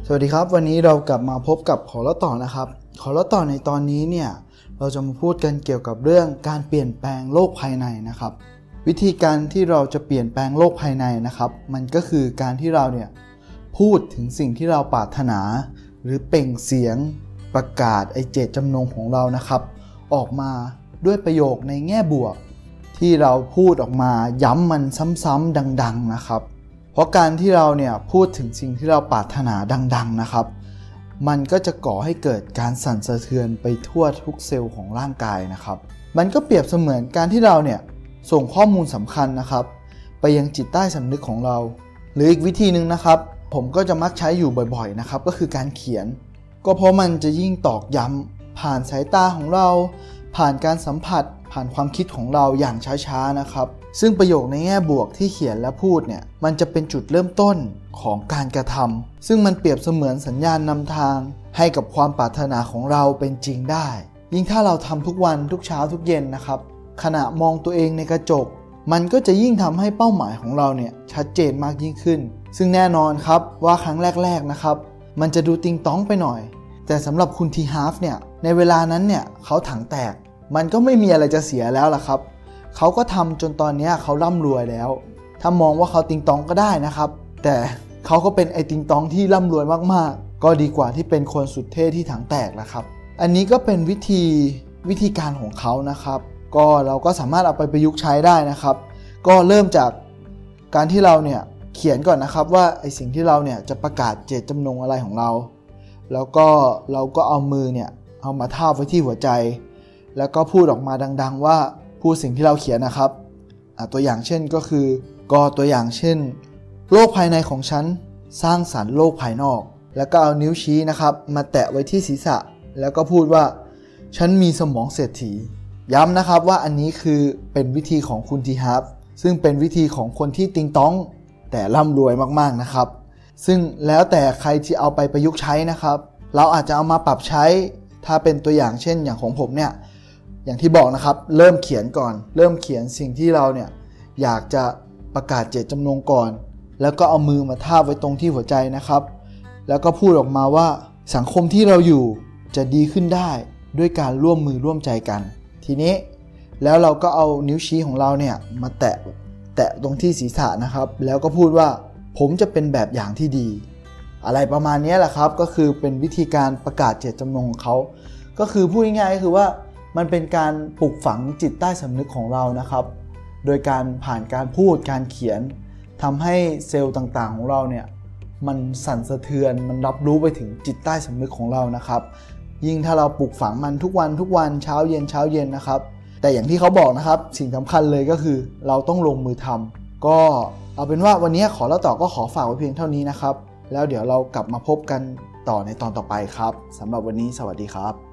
สวัสดีครับวันนี้เรากลับมาพบกับขอเล่าต่อนะครับขอเล่าต่อในตอนนี้เนี่ยเราจะมาพูดกันเกี่ยวกับเรื่องการเปลี่ยนแปลงโลกภายในนะครับวิธีการที่เราจะเปลี่ยนแปลงโลกภายในนะครับมันก็คือการที่เราเนี่ยพูดถึงสิ่งที่เราปรารถนาหรือเปล่งเสียงประกาศเจตจำนงของเรานะครับออกมาด้วยประโยคในแง่บวกที่เราพูดออกมาย้ำมันซ้ำๆดังๆนะครับเพราะการที่เราเนี่ยพูดถึงสิ่งที่เราปรารถนาดังๆนะครับมันก็จะก่อให้เกิดการสั่นสะเทือนไปทั่วทุกเซลล์ของร่างกายนะครับมันก็เปรียบเสมือนการที่เราเนี่ยส่งข้อมูลสำคัญนะครับไปยังจิตใต้สำนึกของเราหรืออีกวิธีนึงนะครับผมก็จะมักใช้อยู่บ่อยๆนะครับก็คือการเขียนก็เพราะมันจะยิ่งตอกย้ำผ่านสายตาของเราผ่านการสัมผัสผ่านความคิดของเราอย่างช้าๆนะครับซึ่งประโยคในแง่บวกที่เขียนและพูดเนี่ยมันจะเป็นจุดเริ่มต้นของการกระทำซึ่งมันเปรียบเสมือนสัญญาณนำทางให้กับความปรารถนาของเราเป็นจริงได้ยิ่งถ้าเราทำทุกวันทุกเช้าทุกเย็นนะครับขณะมองตัวเองในกระจกมันก็จะยิ่งทำให้เป้าหมายของเราเนี่ยชัดเจนมากยิ่งขึ้นซึ่งแน่นอนครับว่าครั้งแรกๆนะครับมันจะดูติงต้องไปหน่อยแต่สำหรับคุณทีฮาร์ฟเนี่ยในเวลานั้นเนี่ยเขาถังแตกมันก็ไม่มีอะไรจะเสียแล้วล่ะครับเขาก็ทำจนตอนนี้เขาร่ำรวยแล้วถ้ามองว่าเขาติงตองก็ได้นะครับแต่เขาก็เป็นไอติงตองที่ร่ำรวยมากๆก็ดีกว่าที่เป็นคนสุดเท่ที่ถังแตกนะครับอันนี้ก็เป็นวิธีการของเขานะครับก็เราก็สามารถเอาไปประยุกต์ใช้ได้นะครับก็เริ่มจากการที่เราเนี่ยเขียนก่อนนะครับว่าไอสิ่งที่เราเนี่ยจะประกาศเจตจำนงอะไรของเราแล้วก็เราก็เอามือเนี่ยเอามาทาบไว้ที่หัวใจแล้วก็พูดออกมาดังๆว่าพูดสิ่งที่เราเขียนนะครับตัวอย่างเช่นก็คือก็ตัวอย่างเช่นโลกภายในของฉันสร้างสรรค์โลกภายนอกแล้วก็เอานิ้วชี้นะครับมาแตะไว้ที่ศีรษะแล้วก็พูดว่าฉันมีสมองเศรษฐีย้ำนะครับว่าอันนี้คือเป็นวิธีของคุณทีฮาร์ฟซึ่งเป็นวิธีของคนที่ติงต้องแต่ร่ำรวยมากๆนะครับซึ่งแล้วแต่ใครที่เอาไปประยุกต์ใช้นะครับเราอาจจะเอามาปรับใช้ถ้าเป็นตัวอย่างเช่นอย่างของผมเนี่ยอย่างที่บอกนะครับเริ่มเขียนก่อนเริ่มเขียนสิ่งที่เราเนี่ยอยากจะประกาศเจตจำนงก่อนแล้วก็เอามือมาทาบไว้ตรงที่หัวใจนะครับแล้วก็พูดออกมาว่าสังคมที่เราอยู่จะดีขึ้นได้ด้วยการร่วมมือร่วมใจกันทีนี้แล้วเราก็เอานิ้วชี้ของเราเนี่ยมาแตะตรงที่ศีรษะนะครับแล้วก็พูดว่าผมจะเป็นแบบอย่างที่ดีอะไรประมาณนี้แหละครับก็คือเป็นวิธีการประกาศเจตจำนงของเขาก็คือพูดง่ายๆก็คือว่ามันเป็นการปลูกฝังจิตใต้สำนึกของเรานะครับโดยการผ่านการพูดการเขียนทำให้เซลล์ต่างๆของเราเนี่ยมันสั่นสะเทือนมันรับรู้ไปถึงจิตใต้สำนึกของเรานะครับยิ่งถ้าเราปลูกฝังมันทุกวันเช้าเย็นนะครับแต่อย่างที่เขาบอกนะครับสิ่งสำคัญเลยก็คือเราต้องลงมือทำก็เอาเป็นว่าวันนี้ขอเล่าต่อก็ขอฝากไว้เพียงเท่านี้นะครับแล้วเดี๋ยวเรากลับมาพบกันต่อในตอนต่อไปครับสำหรับวันนี้สวัสดีครับ